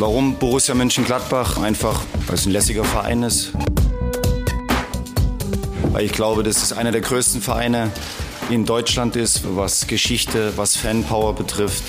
Warum Borussia Mönchengladbach? Einfach, weil es ein lässiger Verein ist. Weil ich glaube, dass es einer der größten Vereine in Deutschland ist, was Geschichte, was Fanpower betrifft.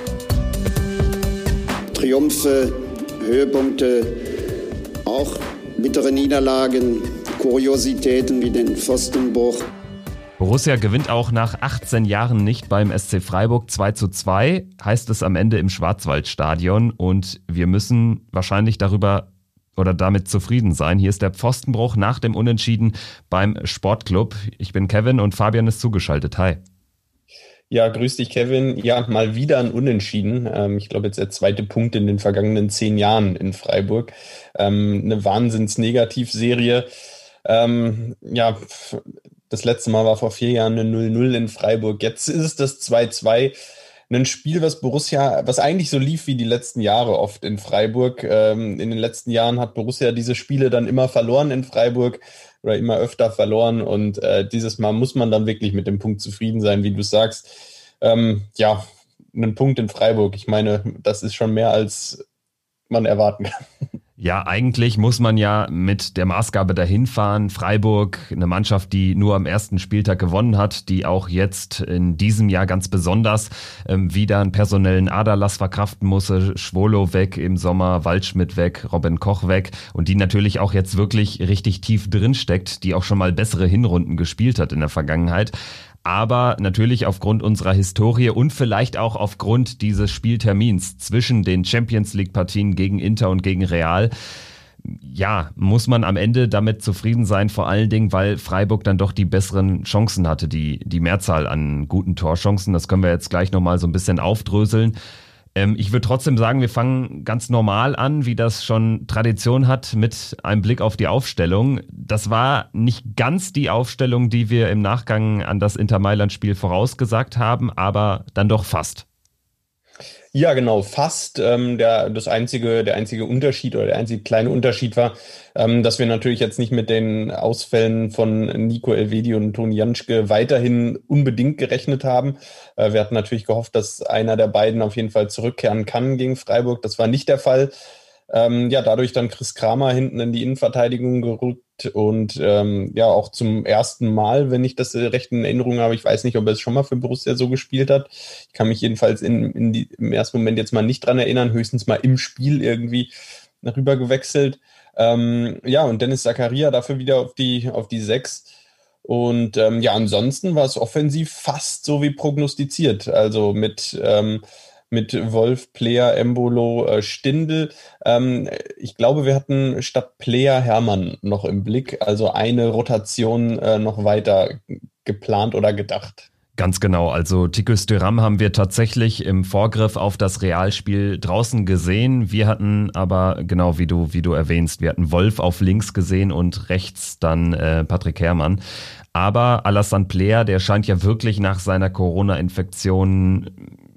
Triumphe, Höhepunkte, auch bittere Niederlagen, Kuriositäten wie den Pfostenbruch. Borussia gewinnt auch nach 18 Jahren nicht beim SC Freiburg 2:2, heißt es am Ende im Schwarzwaldstadion, und wir müssen wahrscheinlich damit zufrieden sein. Hier ist der Pfostenbruch nach dem Unentschieden beim Sportclub. Ich bin Kevin und Fabian ist zugeschaltet. Hi. Ja, grüß dich, Kevin. Ja, mal wieder ein Unentschieden. Ich glaube, jetzt der zweite Punkt in den vergangenen 10 Jahren in Freiburg. Eine Wahnsinns-Negativserie. Das letzte Mal war vor 4 Jahren eine 0-0 in Freiburg. Jetzt ist es das 2:2. Ein Spiel, was eigentlich so lief wie die letzten Jahre oft in Freiburg. In den letzten Jahren hat Borussia diese Spiele dann immer verloren in Freiburg oder immer öfter verloren. Und dieses Mal muss man dann wirklich mit dem Punkt zufrieden sein, wie du sagst. Ein Punkt in Freiburg. Ich meine, das ist schon mehr, als man erwarten kann. Ja, eigentlich muss man ja mit der Maßgabe dahin fahren. Freiburg, eine Mannschaft, die nur am ersten Spieltag gewonnen hat, die auch jetzt in diesem Jahr ganz besonders wieder einen personellen Aderlass verkraften musste. Schwolo weg im Sommer, Waldschmidt weg, Robin Koch weg, und die natürlich auch jetzt wirklich richtig tief drin steckt, die auch schon mal bessere Hinrunden gespielt hat in der Vergangenheit. Aber natürlich aufgrund unserer Historie und vielleicht auch aufgrund dieses Spieltermins zwischen den Champions-League-Partien gegen Inter und gegen Real, ja, muss man am Ende damit zufrieden sein, vor allen Dingen, weil Freiburg dann doch die besseren Chancen hatte, die Mehrzahl an guten Torchancen. Das können wir jetzt gleich nochmal so ein bisschen aufdröseln. Ich würde trotzdem sagen, wir fangen ganz normal an, wie das schon Tradition hat, mit einem Blick auf die Aufstellung. Das war nicht ganz die Aufstellung, die wir im Nachgang an das Inter-Mailand-Spiel vorausgesagt haben, aber dann doch fast. Ja, genau, fast. Der einzige Unterschied oder der einzige kleine Unterschied war, dass wir natürlich jetzt nicht mit den Ausfällen von Nico Elvedi und Toni Janschke weiterhin unbedingt gerechnet haben. Wir hatten natürlich gehofft, dass einer der beiden auf jeden Fall zurückkehren kann gegen Freiburg. Das war nicht der Fall. Dadurch dann Chris Kramer hinten in die Innenverteidigung gerückt und auch zum ersten Mal, wenn ich das recht in Erinnerung habe. Ich weiß nicht, ob er es schon mal für Borussia so gespielt hat. Ich kann mich jedenfalls im ersten Moment jetzt mal nicht dran erinnern, höchstens mal im Spiel irgendwie rüber gewechselt. Und Dennis Zakaria dafür wieder auf die 6. Und ansonsten war es offensiv fast so wie prognostiziert. Also mit Wolf, Player, Embolo, Stindl. Ich glaube, wir hatten statt Player Hermann noch im Blick, also eine Rotation noch weiter geplant oder gedacht. Ganz genau, also Tikus Thuram haben wir tatsächlich im Vorgriff auf das Realspiel draußen gesehen. Wir hatten aber, genau wie du erwähnst, wir hatten Wolf auf links gesehen und rechts dann Patrick Herrmann. Aber Alassane Player, der scheint ja wirklich nach seiner Corona-Infektion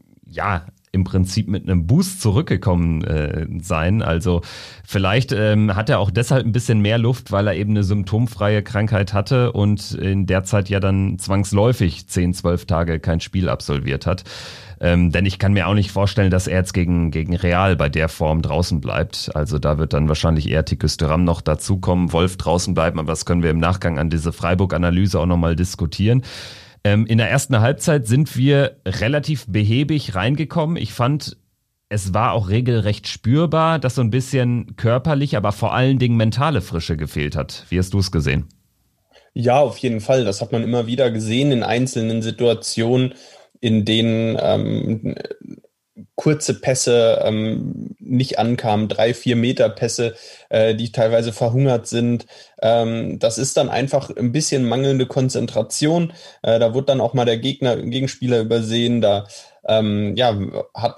im Prinzip mit einem Boost zurückgekommen sein. Also vielleicht hat er auch deshalb ein bisschen mehr Luft, weil er eben eine symptomfreie Krankheit hatte und in der Zeit ja dann zwangsläufig 10-12 Tage kein Spiel absolviert hat. Denn ich kann mir auch nicht vorstellen, dass er jetzt gegen Real bei der Form draußen bleibt. Also da wird dann wahrscheinlich eher Tikus Thuram noch dazukommen, Wolf draußen bleiben, aber das können wir im Nachgang an diese Freiburg-Analyse auch nochmal diskutieren. In der ersten Halbzeit sind wir relativ behäbig reingekommen. Ich fand, es war auch regelrecht spürbar, dass so ein bisschen körperlich, aber vor allen Dingen mentale Frische gefehlt hat. Wie hast du es gesehen? Ja, auf jeden Fall. Das hat man immer wieder gesehen in einzelnen Situationen, in denen kurze Pässe nicht ankamen, 3-4 Meter Pässe, die teilweise verhungert sind. Das ist dann einfach ein bisschen mangelnde Konzentration. Da wird dann auch mal der Gegenspieler übersehen. Da war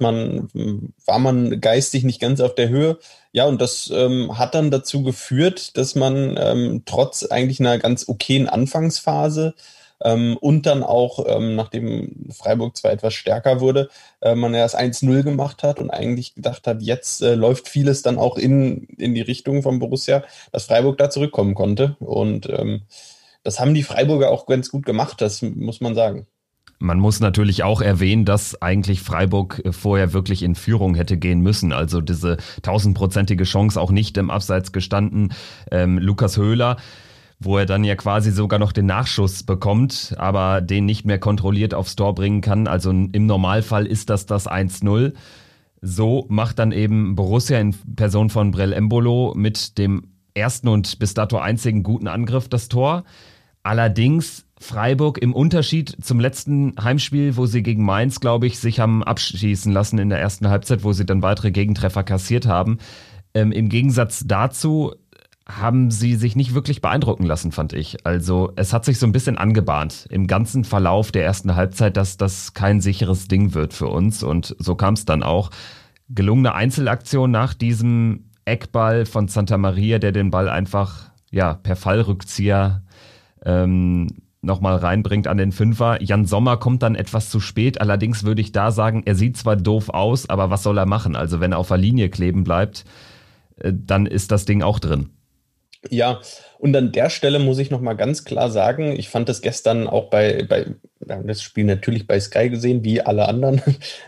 man geistig nicht ganz auf der Höhe. Ja, und das hat dann dazu geführt, dass man trotz eigentlich einer ganz okayen Anfangsphase und dann auch, nachdem Freiburg zwar etwas stärker wurde, man ja das 1-0 gemacht hat und eigentlich gedacht hat, jetzt läuft vieles dann auch in die Richtung von Borussia, dass Freiburg da zurückkommen konnte. Und das haben die Freiburger auch ganz gut gemacht, das muss man sagen. Man muss natürlich auch erwähnen, dass eigentlich Freiburg vorher wirklich in Führung hätte gehen müssen. Also diese 1000-prozentige Chance auch nicht im Abseits gestanden. Lukas Höhler, wo er dann ja quasi sogar noch den Nachschuss bekommt, aber den nicht mehr kontrolliert aufs Tor bringen kann. Also im Normalfall ist das 1-0. So macht dann eben Borussia in Person von Breel Embolo mit dem ersten und bis dato einzigen guten Angriff das Tor. Allerdings Freiburg im Unterschied zum letzten Heimspiel, wo sie gegen Mainz, glaube ich, sich haben abschießen lassen in der ersten Halbzeit, wo sie dann weitere Gegentreffer kassiert haben. Im Gegensatz dazu haben sie sich nicht wirklich beeindrucken lassen, fand ich. Also es hat sich so ein bisschen angebahnt im ganzen Verlauf der ersten Halbzeit, dass das kein sicheres Ding wird für uns. Und so kam es dann auch. Gelungene Einzelaktion nach diesem Eckball von Santa Maria, der den Ball einfach per Fallrückzieher nochmal reinbringt an den Fünfer. Jan Sommer kommt dann etwas zu spät. Allerdings würde ich da sagen, er sieht zwar doof aus, aber was soll er machen? Also wenn er auf der Linie kleben bleibt, dann ist das Ding auch drin. Ja, und an der Stelle muss ich nochmal ganz klar sagen, ich fand das gestern auch wir haben das Spiel natürlich bei Sky gesehen, wie alle anderen.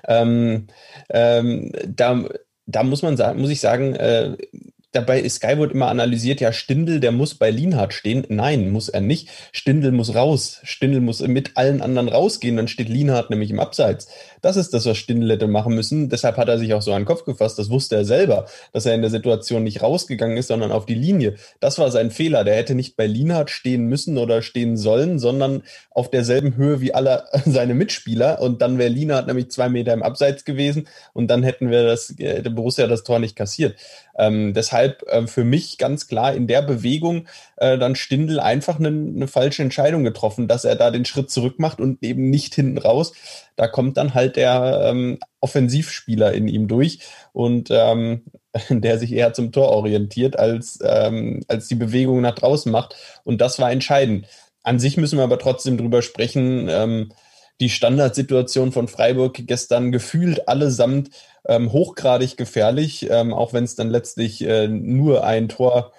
Da muss ich sagen, dabei Sky wird immer analysiert, ja, Stindl, der muss bei Lienhardt stehen. Nein, muss er nicht. Stindl muss raus. Stindl muss mit allen anderen rausgehen, dann steht Lienhardt nämlich im Abseits. Das ist das, was Stindl hätte machen müssen. Deshalb hat er sich auch so an den Kopf gefasst. Das wusste er selber, dass er in der Situation nicht rausgegangen ist, sondern auf die Linie. Das war sein Fehler. Der hätte nicht bei Lienhardt stehen müssen oder stehen sollen, sondern auf derselben Höhe wie alle seine Mitspieler. Und dann wäre Lienhardt nämlich 2 Meter im Abseits gewesen und dann hätten wir der Borussia das Tor nicht kassiert. Deshalb für mich ganz klar in der Bewegung dann Stindl einfach eine falsche Entscheidung getroffen, dass er da den Schritt zurück macht und eben nicht hinten raus. Da kommt dann halt der Offensivspieler in ihm durch und der sich eher zum Tor orientiert, als die Bewegung nach draußen macht. Und das war entscheidend. An sich müssen wir aber trotzdem drüber sprechen, die Standardsituation von Freiburg gestern gefühlt allesamt hochgradig gefährlich, auch wenn es dann letztlich nur ein Tor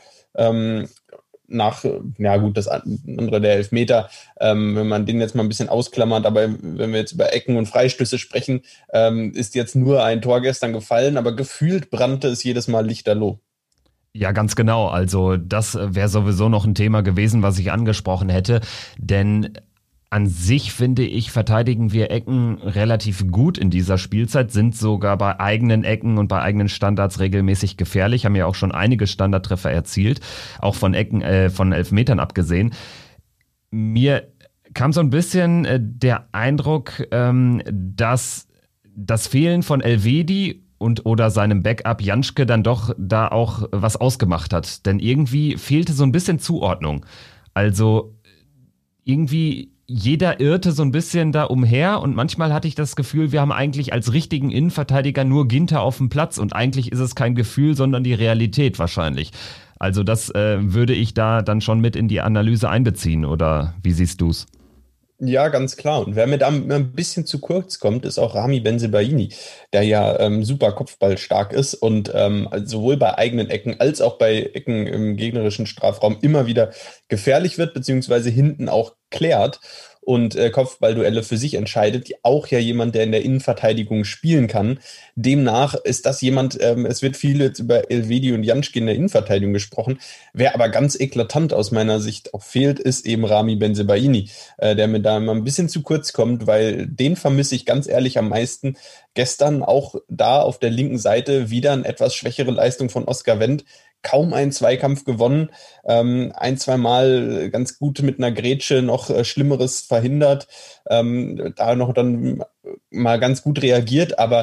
das andere der Elfmeter, wenn man den jetzt mal ein bisschen ausklammert, aber wenn wir jetzt über Ecken und Freistöße sprechen, ist jetzt nur ein Tor gestern gefallen, aber gefühlt brannte es jedes Mal lichterloh. Ja, ganz genau. Also das wäre sowieso noch ein Thema gewesen, was ich angesprochen hätte, denn an sich, finde ich, verteidigen wir Ecken relativ gut in dieser Spielzeit, sind sogar bei eigenen Ecken und bei eigenen Standards regelmäßig gefährlich, haben ja auch schon einige Standardtreffer erzielt, auch von Ecken, von Elfmetern abgesehen. Mir kam so ein bisschen der Eindruck, dass das Fehlen von Elvedi oder seinem Backup Janschke dann doch da auch was ausgemacht hat. Denn irgendwie fehlte so ein bisschen Zuordnung. Also irgendwie jeder irrte so ein bisschen da umher und manchmal hatte ich das Gefühl, wir haben eigentlich als richtigen Innenverteidiger nur Ginter auf dem Platz und eigentlich ist es kein Gefühl, sondern die Realität wahrscheinlich. Also das würde ich da dann schon mit in die Analyse einbeziehen, oder wie siehst du's? Ja, ganz klar. Und wer mir da ein bisschen zu kurz kommt, ist auch Rami Bensebaini, der ja super kopfballstark ist und sowohl bei eigenen Ecken als auch bei Ecken im gegnerischen Strafraum immer wieder gefährlich wird, beziehungsweise hinten auch klärt und Kopfballduelle für sich entscheidet. Auch ja jemand, der in der Innenverteidigung spielen kann. Demnach ist das jemand, es wird viel jetzt über Elvedi und Janschke in der Innenverteidigung gesprochen. Wer aber ganz eklatant aus meiner Sicht auch fehlt, ist eben Rami Bensebaini, der mir da immer ein bisschen zu kurz kommt, weil den vermisse ich ganz ehrlich am meisten. Gestern auch da auf der linken Seite wieder eine etwas schwächere Leistung von Oskar Wendt. Kaum einen Zweikampf gewonnen, 1-2 Mal ganz gut mit einer Grätsche noch Schlimmeres verhindert, da noch dann mal ganz gut reagiert, aber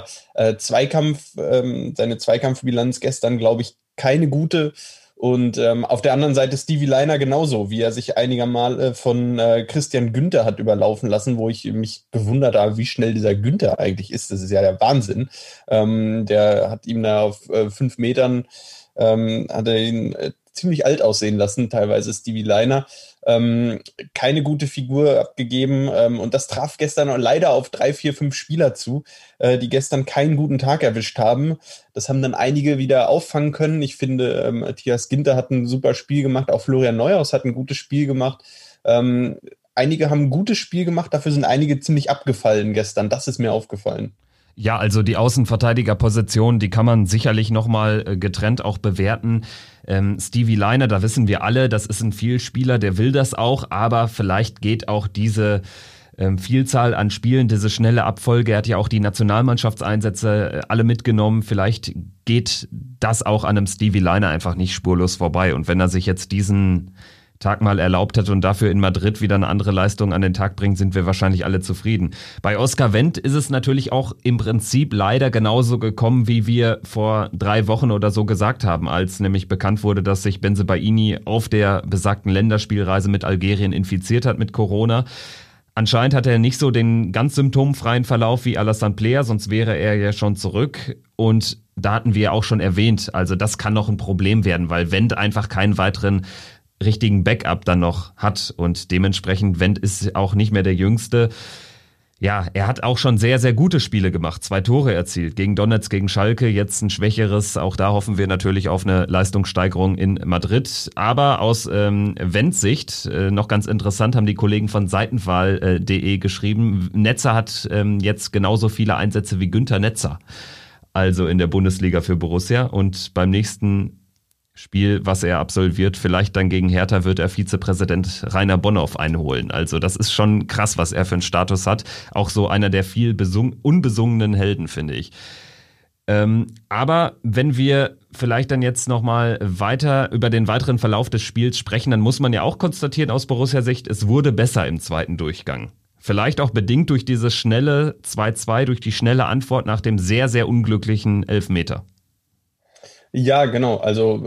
seine Zweikampfbilanz gestern, glaube ich, keine gute. Und auf der anderen Seite Stevie Leiner genauso, wie er sich einiger Male von Christian Günther hat überlaufen lassen, wo ich mich gewundert habe, wie schnell dieser Günther eigentlich ist. Das ist ja der Wahnsinn. Der hat ihm da auf 5 Metern hat er ihn ziemlich alt aussehen lassen, teilweise Stevie Leiner. Keine gute Figur abgegeben und das traf gestern leider auf 3, 4, 5 Spieler zu, die gestern keinen guten Tag erwischt haben. Das haben dann einige wieder auffangen können. Ich finde, Matthias Ginter hat ein super Spiel gemacht, auch Florian Neuhaus hat ein gutes Spiel gemacht. einige haben ein gutes Spiel gemacht, dafür sind einige ziemlich abgefallen gestern. Das ist mir aufgefallen. Ja, also die Außenverteidigerposition, die kann man sicherlich nochmal getrennt auch bewerten. Stevie Lainer, da wissen wir alle, das ist ein Vielspieler, der will das auch, aber vielleicht geht auch diese Vielzahl an Spielen, diese schnelle Abfolge, er hat ja auch die Nationalmannschaftseinsätze alle mitgenommen, vielleicht geht das auch an einem Stevie Lainer einfach nicht spurlos vorbei. Und wenn er sich jetzt diesen Tag mal erlaubt hat und dafür in Madrid wieder eine andere Leistung an den Tag bringt, sind wir wahrscheinlich alle zufrieden. Bei Oskar Wendt ist es natürlich auch im Prinzip leider genauso gekommen, wie wir vor 3 Wochen oder so gesagt haben, als nämlich bekannt wurde, dass sich Bensebaini auf der besagten Länderspielreise mit Algerien infiziert hat mit Corona. Anscheinend hat er nicht so den ganz symptomfreien Verlauf wie Alassane Player, sonst wäre er ja schon zurück. Und da hatten wir auch schon erwähnt, also das kann noch ein Problem werden, weil Wendt einfach keinen weiteren richtigen Backup dann noch hat und dementsprechend Wendt ist auch nicht mehr der Jüngste. Ja, er hat auch schon sehr, sehr gute Spiele gemacht, 2 Tore erzielt, gegen Donetsk, gegen Schalke, jetzt ein schwächeres, auch da hoffen wir natürlich auf eine Leistungssteigerung in Madrid, aber aus Wendts Sicht, noch ganz interessant, haben die Kollegen von Seitenwahl.de geschrieben, Netzer hat jetzt genauso viele Einsätze wie Günther Netzer, also in der Bundesliga für Borussia und beim nächsten Spiel, was er absolviert, vielleicht dann gegen Hertha, wird er Vizepräsident Rainer Bonhoff einholen. Also das ist schon krass, was er für einen Status hat. Auch so einer der viel unbesungenen Helden, finde ich. Aber wenn wir vielleicht dann jetzt nochmal weiter über den weiteren Verlauf des Spiels sprechen, dann muss man ja auch konstatieren aus Borussia-Sicht, es wurde besser im zweiten Durchgang. Vielleicht auch bedingt durch dieses schnelle 2-2, durch die schnelle Antwort nach dem sehr, sehr unglücklichen Elfmeter. Ja, genau. Also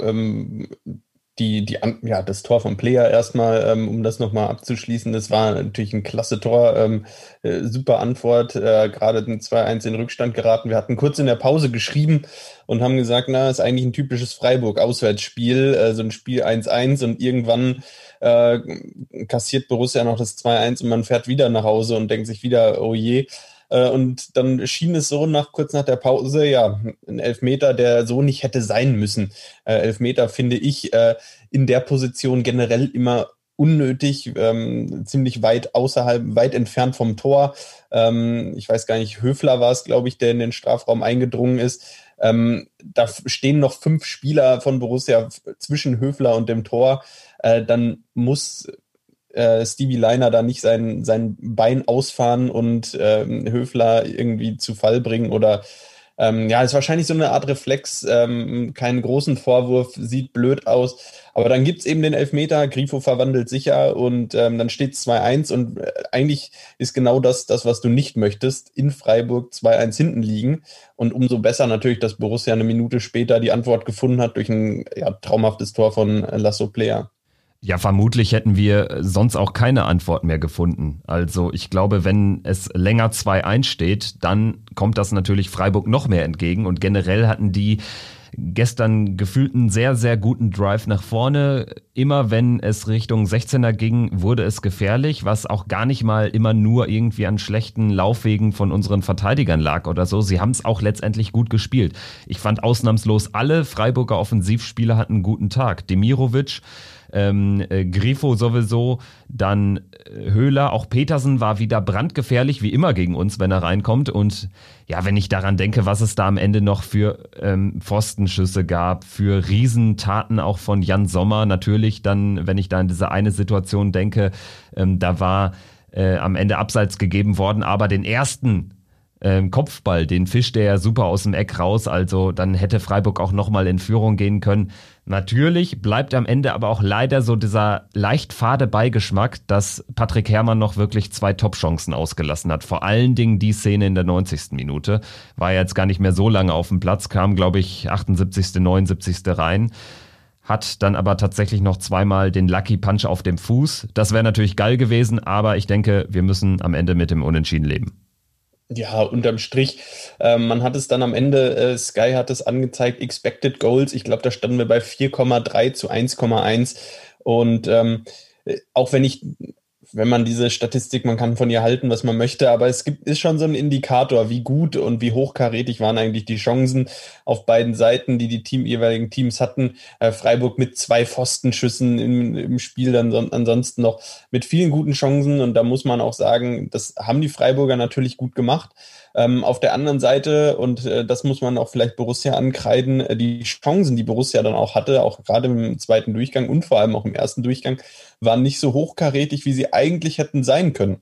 das Tor von Player erstmal, um das nochmal abzuschließen, das war natürlich ein klasse Tor, super Antwort, gerade ein 2-1 in Rückstand geraten. Wir hatten kurz in der Pause geschrieben und haben gesagt, ist eigentlich ein typisches Freiburg-Auswärtsspiel, so ein Spiel 1-1 und irgendwann kassiert Borussia noch das 2-1 und man fährt wieder nach Hause und denkt sich wieder, oh je. Und dann schien es so kurz nach der Pause, ein Elfmeter, der so nicht hätte sein müssen. Elfmeter finde ich in der Position generell immer unnötig, ziemlich weit entfernt vom Tor. Ich weiß gar nicht, Höfler war es, glaube ich, der in den Strafraum eingedrungen ist. Da stehen noch 5 Spieler von Borussia zwischen Höfler und dem Tor. Dann muss Stevie Lainer da nicht sein Bein ausfahren und Höfler irgendwie zu Fall bringen oder ist wahrscheinlich so eine Art Reflex, keinen großen Vorwurf, sieht blöd aus, aber dann gibt's eben den Elfmeter, Grifo verwandelt sicher und dann steht's 2-1 und eigentlich ist genau das, was du nicht möchtest, in Freiburg 2-1 hinten liegen und umso besser natürlich, dass Borussia eine Minute später die Antwort gefunden hat durch ein traumhaftes Tor von Lasso Player. Ja, vermutlich hätten wir sonst auch keine Antwort mehr gefunden. Also ich glaube, wenn es länger 2-1 steht, dann kommt das natürlich Freiburg noch mehr entgegen. Und generell hatten die gestern gefühlt einen sehr, sehr guten Drive nach vorne. Immer wenn es Richtung 16er ging, wurde es gefährlich, was auch gar nicht mal immer nur irgendwie an schlechten Laufwegen von unseren Verteidigern lag oder so. Sie haben es auch letztendlich gut gespielt. Ich fand ausnahmslos alle Freiburger Offensivspieler hatten einen guten Tag. Demirovic, Grifo sowieso, dann Höhler, auch Petersen war wieder brandgefährlich, wie immer gegen uns, wenn er reinkommt. Und ja, wenn ich daran denke, was es da am Ende noch für Pfostenschüsse gab, für Riesentaten auch von Jan Sommer, natürlich dann, wenn ich da an diese eine Situation denke, da war am Ende Abseits gegeben worden, aber den ersten Kopfball, den fischt er ja super aus dem Eck raus, also dann hätte Freiburg auch nochmal in Führung gehen können. Natürlich bleibt am Ende aber auch leider so dieser leicht fade Beigeschmack, dass Patrick Herrmann noch wirklich 2 Top-Chancen ausgelassen hat. Vor allen Dingen die Szene in der 90. Minute. War jetzt gar nicht mehr so lange auf dem Platz, kam glaube ich 78., 79. rein. Hat dann aber tatsächlich noch 2-mal den Lucky Punch auf dem Fuß. Das wäre natürlich geil gewesen, aber ich denke, wir müssen am Ende mit dem Unentschieden leben. Ja, unterm Strich, man hat es dann am Ende, Sky hat es angezeigt, Expected Goals, ich glaube, da standen wir bei 4,3 zu 1,1 und auch wenn ich wenn man diese Statistik, man kann von ihr halten, was man möchte, aber ist schon so ein Indikator, wie gut und wie hochkarätig waren eigentlich die Chancen auf beiden Seiten, die jeweiligen Teams hatten. Freiburg mit 2 Pfostenschüssen im Spiel, dann ansonsten noch mit vielen guten Chancen, und da muss man auch sagen, das haben die Freiburger natürlich gut gemacht. Auf der anderen Seite, und das muss man auch vielleicht Borussia ankreiden, die Chancen, die Borussia dann auch hatte, auch gerade im zweiten Durchgang und vor allem auch im ersten Durchgang, waren nicht so hochkarätig, wie sie eigentlich hätten sein können.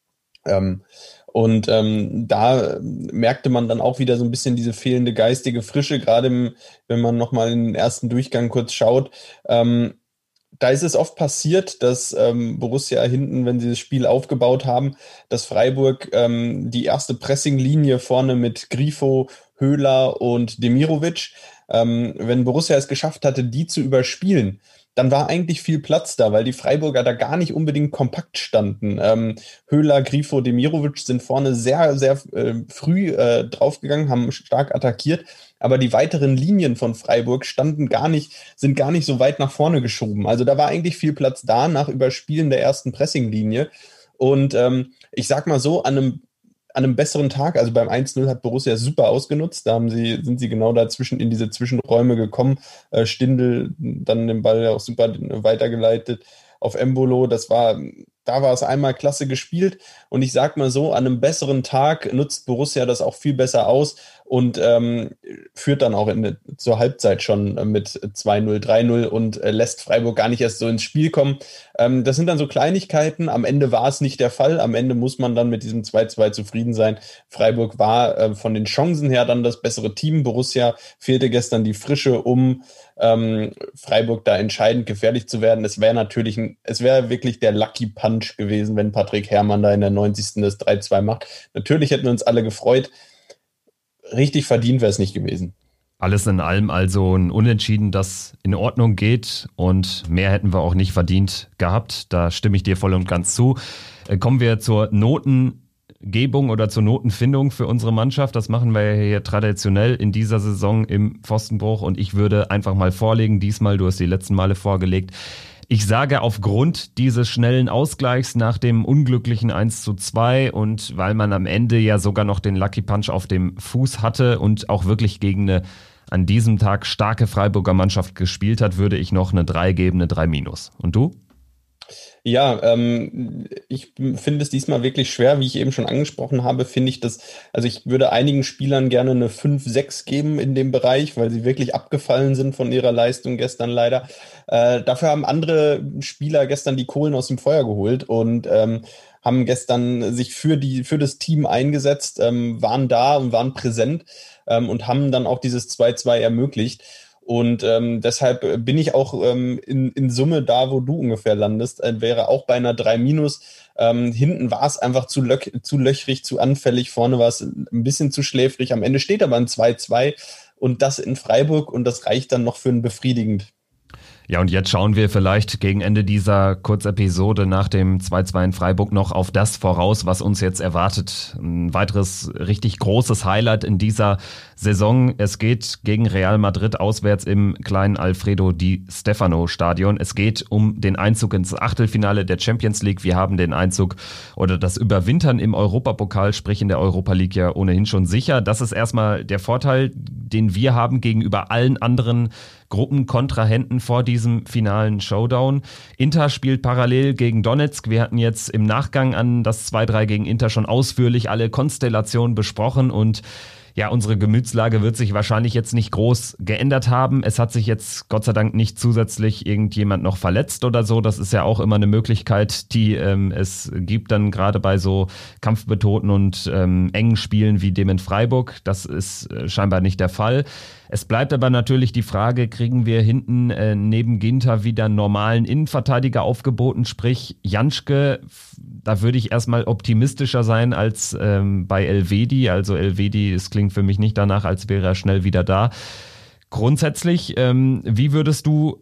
Da merkte man dann auch wieder so ein bisschen diese fehlende geistige Frische, gerade wenn man nochmal in den ersten Durchgang kurz schaut. Da ist es oft passiert, dass Borussia hinten, wenn sie das Spiel aufgebaut haben, dass Freiburg die erste Pressinglinie vorne mit Grifo, Höhler und Demirovic, wenn Borussia es geschafft hatte, die zu überspielen, dann war eigentlich viel Platz da, weil die Freiburger da gar nicht unbedingt kompakt standen. Höhler, Grifo, Demirovic sind vorne sehr, sehr früh draufgegangen, haben stark attackiert, aber die weiteren Linien von Freiburg sind gar nicht so weit nach vorne geschoben. Also da war eigentlich viel Platz da nach Überspielen der ersten Pressinglinie. Und ich sag mal so, an einem besseren Tag, also beim 1-0 hat Borussia super ausgenutzt, sind sie genau dazwischen in diese Zwischenräume gekommen. Stindl dann den Ball auch super weitergeleitet auf Embolo, da war es einmal klasse gespielt, und ich sag mal so, an einem besseren Tag nutzt Borussia das auch viel besser aus und führt dann auch zur Halbzeit schon mit 2-0, 3-0 und lässt Freiburg gar nicht erst so ins Spiel kommen. Das sind dann so Kleinigkeiten, am Ende war es nicht der Fall, am Ende muss man dann mit diesem 2-2 zufrieden sein. Freiburg war von den Chancen her dann das bessere Team, Borussia fehlte gestern die Frische, um Freiburg da entscheidend gefährlich zu werden. Es wäre wirklich der Lucky Punch gewesen, wenn Patrick Herrmann da in der 90. das 3-2 macht. Natürlich hätten wir uns alle gefreut. Richtig verdient wäre es nicht gewesen. Alles in allem also ein Unentschieden, das in Ordnung geht, und mehr hätten wir auch nicht verdient gehabt. Da stimme ich dir voll und ganz zu. Kommen wir zur Notengebung oder zur Notenfindung für unsere Mannschaft. Das machen wir ja hier traditionell in dieser Saison im Pfostenbruch, und ich würde einfach mal vorlegen, diesmal, du hast die letzten Male vorgelegt, ich sage, aufgrund dieses schnellen Ausgleichs nach dem unglücklichen 1-2 und weil man am Ende ja sogar noch den Lucky Punch auf dem Fuß hatte und auch wirklich gegen eine an diesem Tag starke Freiburger Mannschaft gespielt hat, würde ich noch eine 3 geben, eine 3-. Und du? Ja, ich finde es diesmal wirklich schwer, wie ich eben schon angesprochen habe, finde ich das, also ich würde einigen Spielern gerne eine 5-6 geben in dem Bereich, weil sie wirklich abgefallen sind von ihrer Leistung gestern leider. Dafür haben andere Spieler gestern die Kohlen aus dem Feuer geholt und haben gestern sich für das Team eingesetzt, waren da und waren präsent und haben dann auch dieses 2-2 ermöglicht. Und deshalb bin ich auch in Summe da, wo du ungefähr landest, wäre auch bei einer 3-. Hinten war es einfach zu löchrig, zu anfällig, vorne war es ein bisschen zu schläfrig. Am Ende steht aber ein 2-2 und das in Freiburg, und das reicht dann noch für ein befriedigend. Ja, und jetzt schauen wir vielleicht gegen Ende dieser Kurzepisode nach dem 2-2 in Freiburg noch auf das voraus, was uns jetzt erwartet. Ein weiteres richtig großes Highlight in dieser Saison. Es geht gegen Real Madrid auswärts im kleinen Alfredo Di Stefano Stadion. Es geht um den Einzug ins Achtelfinale der Champions League. Wir haben den Einzug oder das Überwintern im Europapokal, sprich in der Europa League, ja ohnehin schon sicher. Das ist erstmal der Vorteil, den wir haben gegenüber allen anderen Gruppenkontrahenten vor diesem finalen Showdown. Inter spielt parallel gegen Donetsk. Wir hatten jetzt im Nachgang an das 2-3 gegen Inter schon ausführlich alle Konstellationen besprochen, und ja, unsere Gemütslage wird sich wahrscheinlich jetzt nicht groß geändert haben. Es hat sich jetzt Gott sei Dank nicht zusätzlich irgendjemand noch verletzt oder so. Das ist ja auch immer eine Möglichkeit, die es gibt dann gerade bei so kampfbetonten und engen Spielen wie dem in Freiburg. Das ist scheinbar nicht der Fall. Es bleibt aber natürlich die Frage, kriegen wir hinten neben Ginter wieder einen normalen Innenverteidiger aufgeboten, sprich Janschke. Da würde ich erstmal optimistischer sein als bei Elvedi. Also Elvedi, es klingt für mich nicht danach, als wäre er schnell wieder da. Grundsätzlich, wie würdest du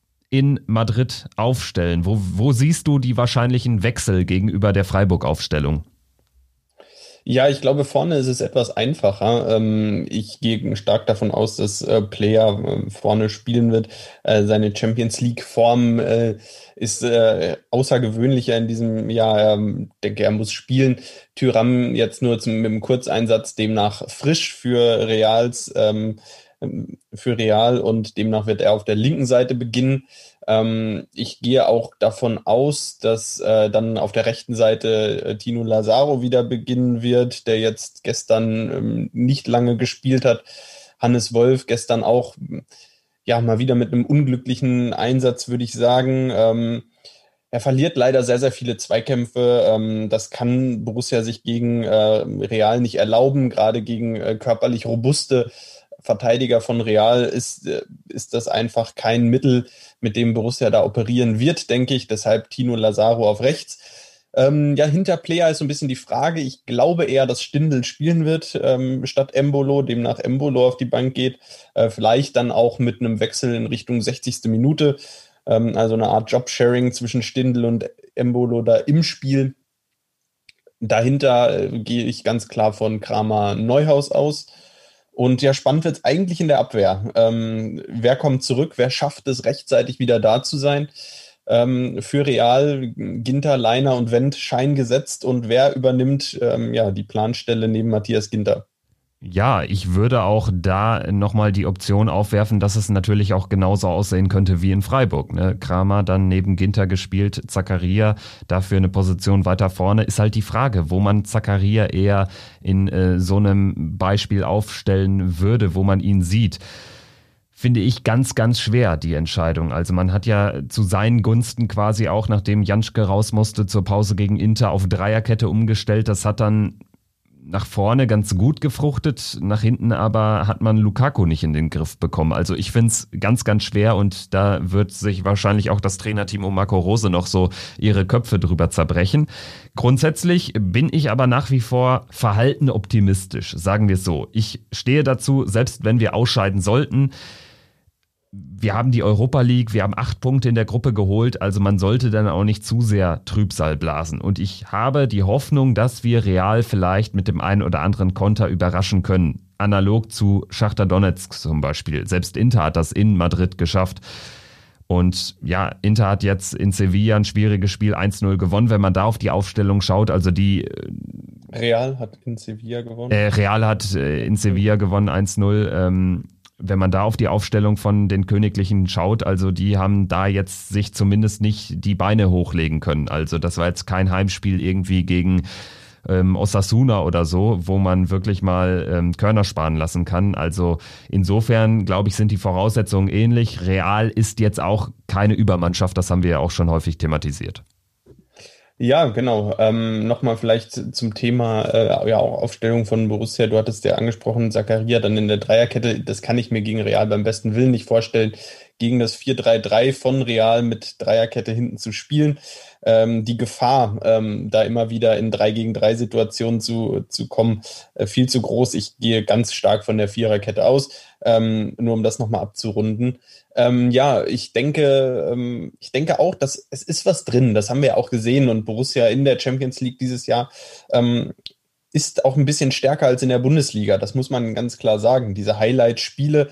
in Madrid aufstellen? Wo siehst du die wahrscheinlichen Wechsel gegenüber der Freiburg-Aufstellung? Ja, ich glaube, vorne ist es etwas einfacher. Ich gehe stark davon aus, dass Player vorne spielen wird. Seine Champions League-Form ist außergewöhnlicher in diesem Jahr. Denke, er muss spielen. Thuram jetzt nur mit dem Kurzeinsatz, demnach frisch für Real und demnach wird er auf der linken Seite beginnen. Ich gehe auch davon aus, dass dann auf der rechten Seite Tino Lazaro wieder beginnen wird, der jetzt gestern nicht lange gespielt hat. Hannes Wolf gestern auch ja mal wieder mit einem unglücklichen Einsatz, würde ich sagen. Er verliert leider sehr, sehr viele Zweikämpfe. Das kann Borussia sich gegen Real nicht erlauben, gerade gegen körperlich robuste Verteidiger von Real ist das einfach kein Mittel, mit dem Borussia da operieren wird, denke ich. Deshalb Tino Lazaro auf rechts. Hinter Player ist so ein bisschen die Frage. Ich glaube eher, dass Stindl spielen wird statt Embolo, demnach Embolo auf die Bank geht. Vielleicht dann auch mit einem Wechsel in Richtung 60. Minute. Also eine Art Jobsharing zwischen Stindl und Embolo da im Spiel. Dahinter gehe ich ganz klar von Kramer Neuhaus aus. Und ja, spannend wird es eigentlich in der Abwehr. Wer kommt zurück? Wer schafft es, rechtzeitig wieder da zu sein? Für Real, Ginter, Leiner und Wendt Schein gesetzt. Und wer übernimmt die Planstelle neben Matthias Ginter? Ja, ich würde auch da nochmal die Option aufwerfen, dass es natürlich auch genauso aussehen könnte wie in Freiburg. Ne? Kramer dann neben Ginter gespielt, Zakaria dafür eine Position weiter vorne. Ist halt die Frage, wo man Zakaria eher in so einem Beispiel aufstellen würde, wo man ihn sieht. Finde ich ganz, ganz schwer, die Entscheidung. Also man hat ja zu seinen Gunsten quasi auch, nachdem Janschke raus musste, zur Pause gegen Inter auf Dreierkette umgestellt. Das hat dann nach vorne ganz gut gefruchtet, nach hinten aber hat man Lukaku nicht in den Griff bekommen. Also ich finde es ganz, ganz schwer und da wird sich wahrscheinlich auch das Trainerteam um Marco Rose noch so ihre Köpfe drüber zerbrechen. Grundsätzlich bin ich aber nach wie vor verhalten optimistisch, sagen wir es so. Ich stehe dazu, selbst wenn wir ausscheiden sollten, wir haben die Europa League, wir haben 8 Punkte in der Gruppe geholt, also man sollte dann auch nicht zu sehr Trübsal blasen. Und ich habe die Hoffnung, dass wir Real vielleicht mit dem einen oder anderen Konter überraschen können. Analog zu Schachtar Donetsk zum Beispiel. Selbst Inter hat das in Madrid geschafft. Und ja, Inter hat jetzt in Sevilla ein schwieriges Spiel 1-0 gewonnen, wenn man da auf die Aufstellung schaut. Also die Real hat in Sevilla gewonnen. Real hat in Sevilla gewonnen 1-0. Wenn man da auf die Aufstellung von den Königlichen schaut, also die haben da jetzt sich zumindest nicht die Beine hochlegen können. Also das war jetzt kein Heimspiel irgendwie gegen Osasuna oder so, wo man wirklich mal Körner sparen lassen kann. Also insofern, glaube ich, sind die Voraussetzungen ähnlich. Real ist jetzt auch keine Übermannschaft, das haben wir ja auch schon häufig thematisiert. Ja, genau. Nochmal vielleicht zum Thema auch Aufstellung von Borussia. Du hattest ja angesprochen, Zakaria dann in der Dreierkette. Das kann ich mir gegen Real beim besten Willen nicht vorstellen, gegen das 4-3-3 von Real mit Dreierkette hinten zu spielen. Die Gefahr, da immer wieder in 3-gegen-3 Situationen zu kommen, viel zu groß. Ich gehe ganz stark von der Viererkette aus, nur um das nochmal abzurunden. Ich denke auch, dass es ist was drin. Das haben wir auch gesehen und Borussia in der Champions League dieses Jahr ist auch ein bisschen stärker als in der Bundesliga. Das muss man ganz klar sagen. Diese Highlight-Spiele,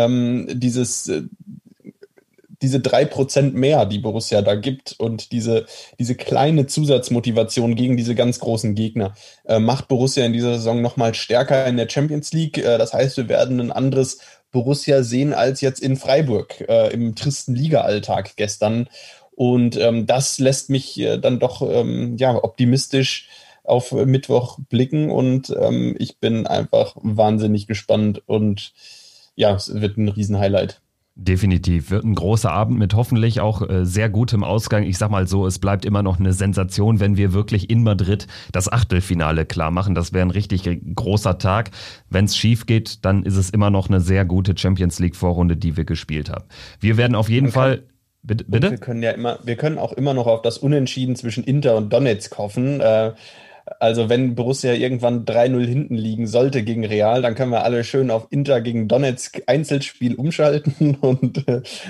diese 3% mehr, die Borussia da gibt und diese kleine Zusatzmotivation gegen diese ganz großen Gegner, macht Borussia in dieser Saison nochmal stärker in der Champions League. Das heißt, wir werden ein anderes Borussia sehen als jetzt in Freiburg im tristen Liga-Alltag gestern. Und das lässt mich dann doch optimistisch auf Mittwoch blicken und ich bin einfach wahnsinnig gespannt und ja, es wird ein Riesenhighlight. Definitiv. Wird ein großer Abend mit hoffentlich auch sehr gutem Ausgang. Ich sag mal so, es bleibt immer noch eine Sensation, wenn wir wirklich in Madrid das Achtelfinale klar machen. Das wäre ein richtig großer Tag. Wenn es schief geht, dann ist es immer noch eine sehr gute Champions-League-Vorrunde, die wir gespielt haben. Wir werden auf jeden Fall... Bitte? Wir können auch immer noch auf das Unentschieden zwischen Inter und Donetsk hoffen. Also wenn Borussia irgendwann 3-0 hinten liegen sollte gegen Real, dann können wir alle schön auf Inter gegen Donetsk Einzelspiel umschalten und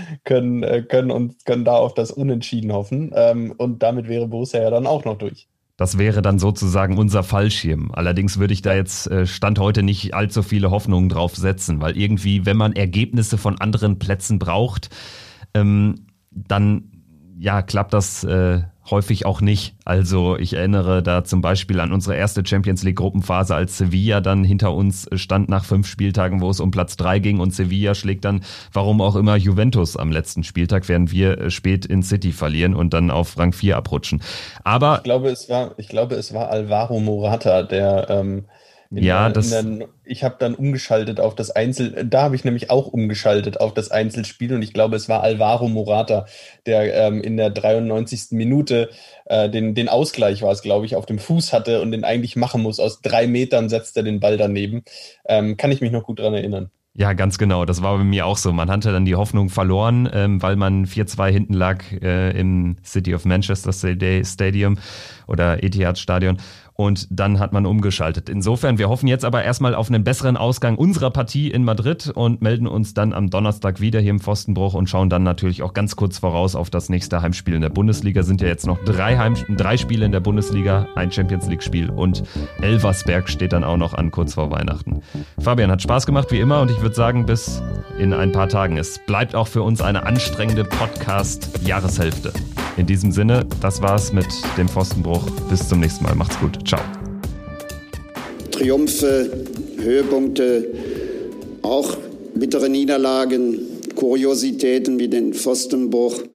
können da auf das Unentschieden hoffen. Und damit wäre Borussia ja dann auch noch durch. Das wäre dann sozusagen unser Fallschirm. Allerdings würde ich da jetzt Stand heute nicht allzu viele Hoffnungen drauf setzen, weil irgendwie, wenn man Ergebnisse von anderen Plätzen braucht, dann klappt das häufig auch nicht. Also ich erinnere da zum Beispiel an unsere erste Champions-League-Gruppenphase, als Sevilla dann hinter uns stand nach 5 Spieltagen, wo es um Platz 3 ging und Sevilla schlägt dann, warum auch immer, Juventus am letzten Spieltag, während wir spät in City verlieren und dann auf Rang 4 abrutschen. Aber ich glaube, es war Alvaro Morata, der ich habe dann umgeschaltet auf das da habe ich nämlich auch umgeschaltet auf das Einzelspiel und ich glaube, es war Alvaro Morata, der in der 93. Minute den Ausgleich war es, glaube ich, auf dem Fuß hatte und den eigentlich machen muss. Aus 3 Metern setzt er den Ball daneben. Kann ich mich noch gut dran erinnern. Ja, ganz genau. Das war bei mir auch so. Man hatte dann die Hoffnung verloren, weil man 4-2 hinten lag im City of Manchester Stadium oder Etihad Stadion. Und dann hat man umgeschaltet. Insofern, wir hoffen jetzt aber erstmal auf einen besseren Ausgang unserer Partie in Madrid und melden uns dann am Donnerstag wieder hier im Pfostenbruch und schauen dann natürlich auch ganz kurz voraus auf das nächste Heimspiel in der Bundesliga. Sind ja jetzt noch 3 Spiele in der Bundesliga, ein Champions-League-Spiel und Elversberg steht dann auch noch an, kurz vor Weihnachten. Fabian, hat Spaß gemacht wie immer und ich würde sagen, bis in ein paar Tagen. Es bleibt auch für uns eine anstrengende Podcast-Jahreshälfte. In diesem Sinne, das war's mit dem Pfostenbruch. Bis zum nächsten Mal. Macht's gut. Ciao. Triumphe, Höhepunkte, auch bittere Niederlagen, Kuriositäten wie den Pfostenbruch.